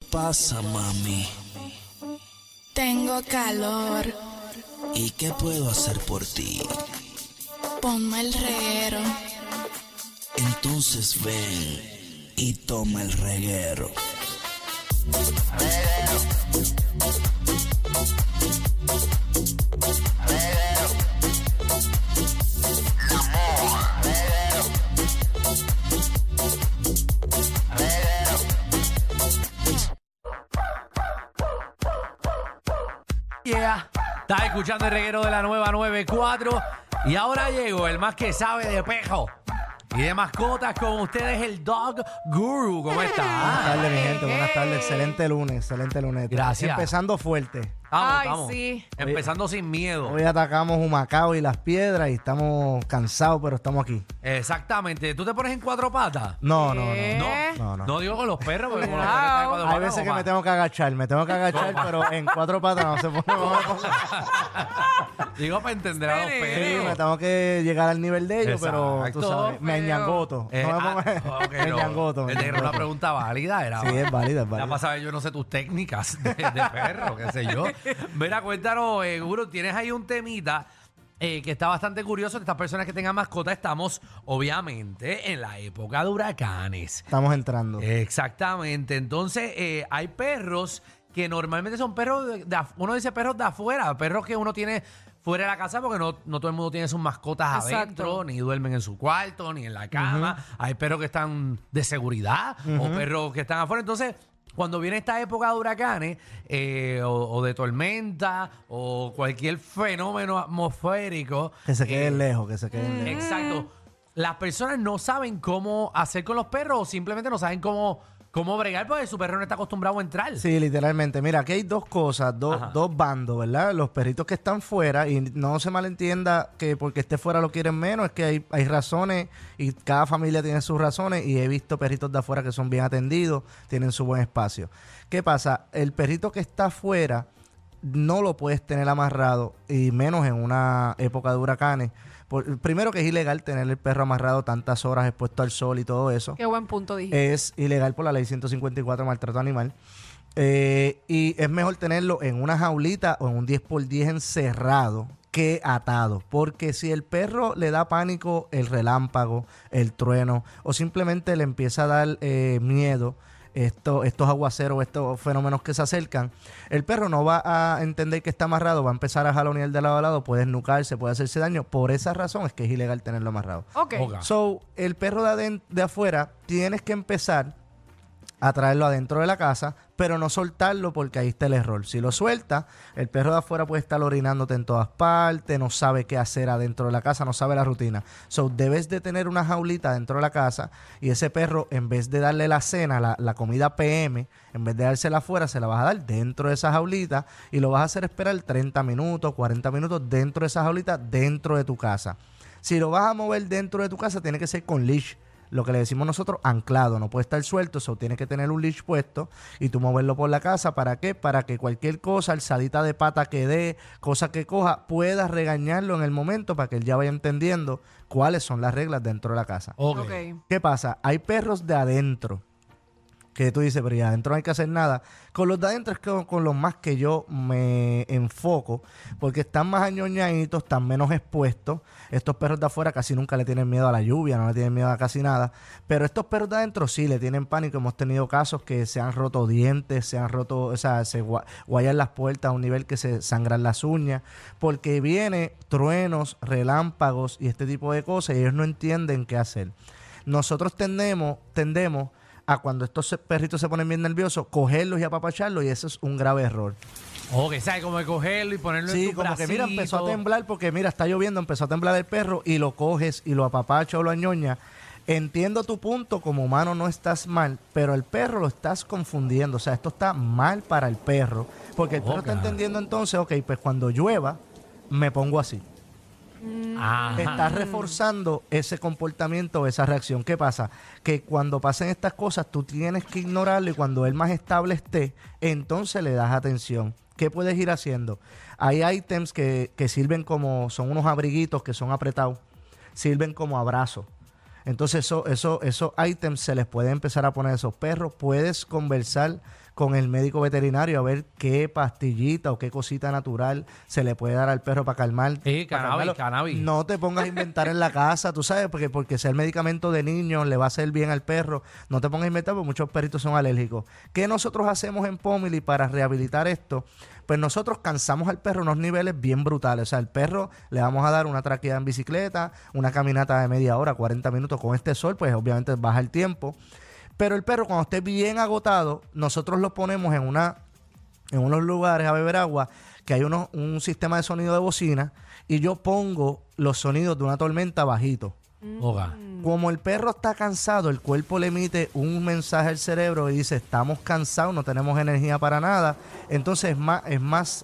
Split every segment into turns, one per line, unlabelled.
pasa, mami?
Tengo calor.
¿Y qué puedo hacer por ti?
Ponme el reguero.
Entonces ven y toma el reguero.
Yeah. Estás escuchando el reguero de la nueva 94 y ahora llegó el más que sabe de pejo y de mascotas con ustedes, el Dog Guru. ¿Cómo
Buenas
está?
tardes, mi gente. Buenas tardes. Excelente lunes.
Gracias.
Empezando fuerte.
Vamos.
Sí.
Empezando sin miedo.
Hoy atacamos Humacao y Las Piedras y estamos cansados, pero estamos aquí.
Exactamente. ¿Tú te pones en cuatro patas?
No.
No digo con los perros, porque con los perros
Cuidado.
están en cuatro
Hay
patas,
veces que
papá.
me tengo que agachar, pero en cuatro patas no se pone.
Digo para entender a los
Sí,
perros.
me tengo que llegar al nivel de ellos, pero tú
Exacto.
sabes, me añangoto.
Ok,
me añangoto.
Era una pregunta válida. Era,
Sí, es válida, es
Ya
válida.
para saber, yo no sé tus técnicas de perro, qué sé yo. Mira, cuéntanos, Guru, tienes ahí un temita que está bastante curioso. De estas personas que tengan mascota, estamos obviamente en la época de huracanes.
Estamos entrando.
Exactamente. Entonces, hay perros que normalmente son perros, uno dice perros de afuera, perros que uno tiene fuera de la casa porque no todo el mundo tiene sus mascotas
Exacto.
adentro, ni duermen en su cuarto, ni en la cama. Hay perros que están de seguridad o perros que están afuera. Entonces, cuando viene esta época de huracanes o de tormenta o cualquier fenómeno atmosférico.
Que se queden lejos, que se queden lejos.
Exacto. Las personas no saben cómo hacer con los perros o simplemente no saben cómo bregar porque su perro no está acostumbrado a entrar.
Sí, literalmente. Mira, aquí hay dos cosas,
Ajá.
dos bandos, ¿verdad? Los perritos que están fuera, y no se malentienda que porque esté fuera lo quieren menos, es que hay razones y cada familia tiene sus razones y he visto perritos de afuera que son bien atendidos, tienen su buen espacio. ¿Qué pasa? El perrito que está afuera no lo puedes tener amarrado y menos en una época de huracanes. Primero que es ilegal tener el perro amarrado tantas horas expuesto al sol y todo eso.
Qué buen punto dijiste.
Es ilegal por la ley 154 maltrato animal. Y es mejor tenerlo en una jaulita o en un 10x10 encerrado que atado. Porque si el perro le da pánico el relámpago, el trueno o simplemente le empieza a dar miedo, estos aguaceros, estos fenómenos que se acercan, el perro no va a entender que está amarrado, va a empezar a jalonear de lado a lado, puede esnucarse, puede hacerse daño. Por esa razón es que es ilegal tenerlo amarrado.
Ok.
Oga.
So, el perro de afuera tienes que empezar a traerlo adentro de la casa, pero no soltarlo porque ahí está el error. Si lo sueltas, el perro de afuera puede estar orinándote en todas partes, no sabe qué hacer adentro de la casa, no sabe la rutina. So, debes de tener una jaulita dentro de la casa y ese perro, en vez de darle la cena, la comida PM, en vez de dársela afuera, se la vas a dar dentro de esa jaulita y lo vas a hacer esperar 30 minutos, 40 minutos dentro de esa jaulita, dentro de tu casa. Si lo vas a mover dentro de tu casa, tiene que ser con leash. Lo que le decimos nosotros, anclado, no puede estar suelto, eso tiene que tener un leash puesto y tú moverlo por la casa. ¿Para qué? Para que cualquier cosa, alzadita de pata que dé, cosa que coja, puedas regañarlo en el momento para que él ya vaya entendiendo cuáles son las reglas dentro de la casa.
Ok.
Ok.
¿Qué pasa? Hay perros de adentro que tú dices, pero ya adentro no hay que hacer nada. Con los de adentro es con los más que yo me enfoco, porque están más añoñaditos, están menos expuestos. Estos perros de afuera casi nunca le tienen miedo a la lluvia, no le tienen miedo a casi nada. Pero estos perros de adentro sí le tienen pánico. Hemos tenido casos que se han roto dientes, se han roto, o sea, se guayan las puertas a un nivel que se sangran las uñas, porque viene truenos, relámpagos y este tipo de cosas y ellos no entienden qué hacer. Nosotros tendemos a cuando estos perritos se ponen bien nerviosos, cogerlos y apapacharlos, y eso es un grave error.
Ok, ¿sabes? Como de cogerlo y ponerlo en
Sí,
tu
como que mira,
bracito.
empezó a temblar porque mira, está lloviendo, empezó a temblar el perro y lo coges y lo apapachas o lo añoñas. Entiendo tu punto, como humano no estás mal, pero el perro lo estás confundiendo. O sea, esto está mal para el perro, porque el perro está entendiendo entonces, ok, pues cuando llueva, me pongo así.
Ajá.
Estás reforzando ese comportamiento, esa reacción. ¿Qué pasa? Que cuando pasen estas cosas, tú tienes que ignorarlo y cuando él más estable esté, entonces le das atención. ¿Qué puedes ir haciendo? Hay ítems que sirven como, son unos abriguitos que son apretados, sirven como abrazos. Entonces esos ítems se les puede empezar a poner a esos perros. Puedes conversar con el médico veterinario a ver qué pastillita o qué cosita natural se le puede dar al perro para calmar.
Sí,
para
cannabis,
calmarlo.
cannabis.
No te pongas a inventar en la casa, tú sabes, porque sea el medicamento de niños le va a hacer bien al perro. No te pongas a inventar porque muchos perritos son alérgicos. ¿Qué nosotros hacemos en Pomili para rehabilitar esto? Pues nosotros cansamos al perro a unos niveles bien brutales. O sea, al perro le vamos a dar una traqueada en bicicleta, una caminata de media hora, 40 minutos con este sol, pues obviamente baja el tiempo. Pero el perro, cuando esté bien agotado, nosotros lo ponemos en unos lugares a beber agua, que hay un sistema de sonido de bocina, y yo pongo los sonidos de una tormenta bajito.
Oga.
Como el perro está cansado, el cuerpo le emite un mensaje al cerebro y dice, estamos cansados, no tenemos energía para nada. Entonces es más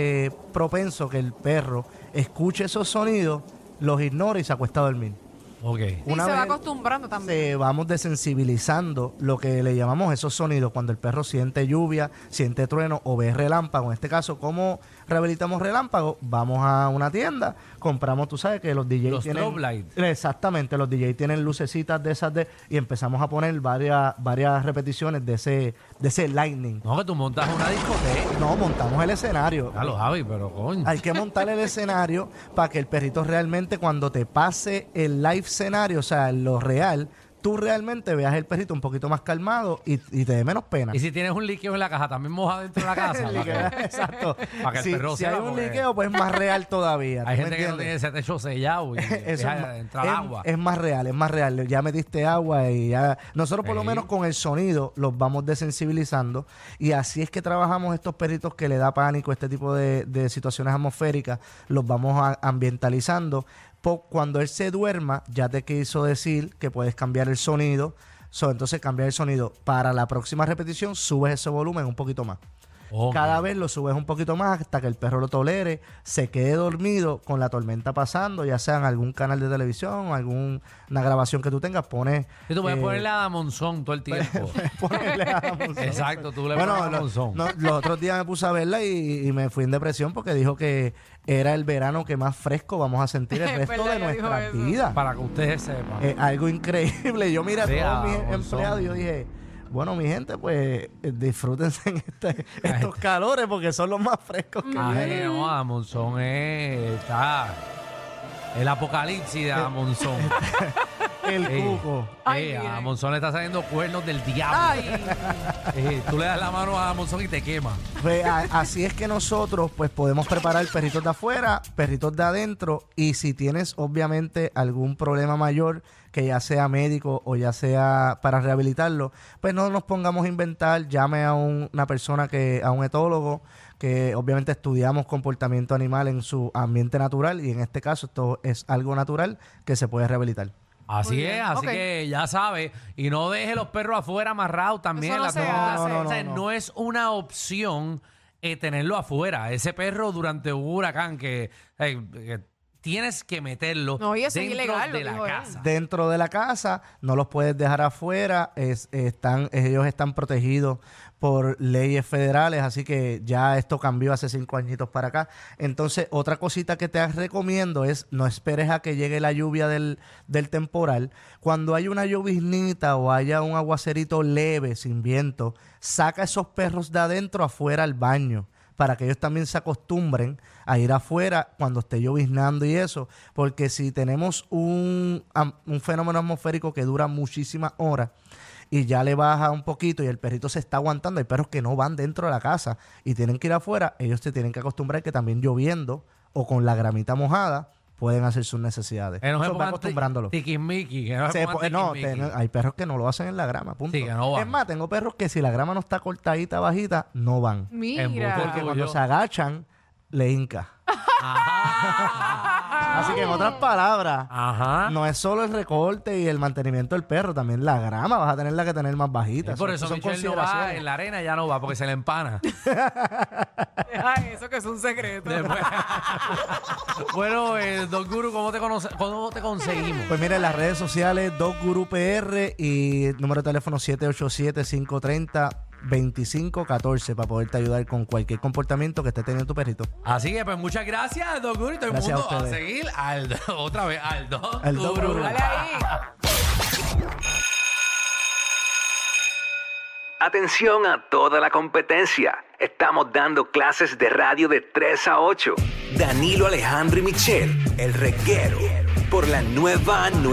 propenso que el perro escuche esos sonidos, los ignore y se acuesta a dormir.
Ok.
Y se va acostumbrando también.
Vamos desensibilizando lo que le llamamos esos sonidos cuando el perro siente lluvia, siente trueno o ve relámpago. En este caso, ¿cómo rehabilitamos relámpago? Vamos a una tienda, compramos, tú sabes que los DJs
Los
tienen...
strobe lights.
Exactamente, los DJs tienen lucecitas de esas y empezamos a poner varias repeticiones de ese lightning.
No, que tú montas una discoteca.
No, montamos el escenario.
Ya lo Javi, pero coño.
Hay que montar el escenario para que el perrito realmente cuando te pase el live escenario, o sea, lo real, tú realmente veas el perrito un poquito más calmado y te dé menos pena.
Y si tienes un líquido en la caja, también moja dentro de la casa.
Exacto.
para que el
si
perro
si
sepa,
hay un
porque
liqueo, pues es más real todavía.
Hay
¿tú me
gente que no
entiendes?
tiene ese techo sellado y
Eso
deja entrar agua.
es más real, es más real. Ya metiste agua y ya... Nosotros por lo
Sí.
menos con el sonido los vamos desensibilizando y así es que trabajamos estos perritos que le da pánico, este tipo de situaciones atmosféricas, los vamos ambientalizando. Cuando él se duerma, ya te quiso decir que puedes cambiar el sonido. Entonces cambiar el sonido. Para la próxima repetición, subes ese volumen un poquito más.
Ok.
Cada vez lo subes un poquito más hasta que el perro lo tolere, se quede dormido con la tormenta pasando, ya sea en algún canal de televisión, alguna grabación que tú tengas, pones...
Y tú puedes ponerle a Monzón todo el tiempo.
ponerle a Monzón.
Exacto, tú le pones a Monzón.
los otros días me puse a verla y me fui en depresión porque dijo que era el verano que más fresco vamos a sentir el
Es
resto
verdad,
de
ella dijo
nuestras
eso.
vidas.
Para que ustedes sepan.
Algo increíble. Yo miré a
Sí,
todos mis
Monzón.
empleados y yo dije... Bueno, mi gente, pues disfrútense en estos calores porque son los más frescos que
Ay,
vienen.
no, a Monzón está el apocalipsis de Monzón.
El
Sí.
cuco.
Ay,
A
miren.
Monzón le está saliendo cuernos del diablo.
Ay,
Tú le das la mano a Monzón y te quema.
Pues, así es que nosotros pues podemos preparar perritos de afuera, perritos de adentro y si tienes obviamente algún problema mayor que ya sea médico o ya sea para rehabilitarlo, pues no nos pongamos a inventar, llame a una persona a un etólogo que obviamente estudiamos comportamiento animal en su ambiente natural y en este caso esto es algo natural que se puede rehabilitar.
Así
Muy
es,
bien,
así
ok.
que ya sabes. Y no deje los perros afuera amarrados también.
Eso no
en la
se
tormenta.
hace.
O sea, no es una opción tenerlo afuera. Ese perro durante un huracán que tienes que meterlo
No, y eso es
dentro
ilegal, lo
de la
dijo él.
casa.
Dentro de la casa, no los puedes dejar afuera, ellos están protegidos por leyes federales, así que ya esto cambió hace 5 añitos para acá. Entonces, otra cosita que te recomiendo es no esperes a que llegue la lluvia del temporal. Cuando hay una lloviznita o haya un aguacerito leve, sin viento, saca esos perros de adentro afuera al baño, para que ellos también se acostumbren a ir afuera cuando esté lloviznando y eso, porque si tenemos un fenómeno atmosférico que dura muchísimas horas y ya le baja un poquito y el perrito se está aguantando, hay perros que no van dentro de la casa y tienen que ir afuera, ellos se tienen que acostumbrar que también lloviendo o con la gramita mojada pueden hacer sus necesidades.
Que no se
Eso va
pongan
acostumbrándolo.
tiquismiqui, que no se
Se
pongan
po- no,
tiquismiqui.
hay perros que no lo hacen en la grama, punto.
Sí, que no van.
Es más, tengo perros que si la grama no está cortadita, bajita, no van.
mira.
Porque
Porque
Tuyo.
cuando se agachan, le hinca.
Ajá.
Así que en otras palabras,
Ajá.
no es solo el recorte y el mantenimiento del perro, también la grama vas a tenerla que tener más bajita.
Y por eso
son
Michelle no va
consideraciones.
en la arena, ya no va porque se le empana.
Deja eso que es un secreto.
Después- bueno, Don Guru, ¿cómo te conseguimos?
Pues mira, en las redes sociales, DogGuru PR y número de teléfono 787-530-2514 para poderte ayudar con cualquier comportamiento que esté teniendo tu perrito.
Así que, pues, muchas gracias, Don Guru. Y todo el
Gracias a
mundo a
ustedes.
seguir otra vez al Don
Al Don
Guru.
Guru.
Dale ahí.
Atención a toda la competencia. Estamos dando clases de radio de 3 a 8. Danilo Alejandro y Michelle, el reguero, por la nueva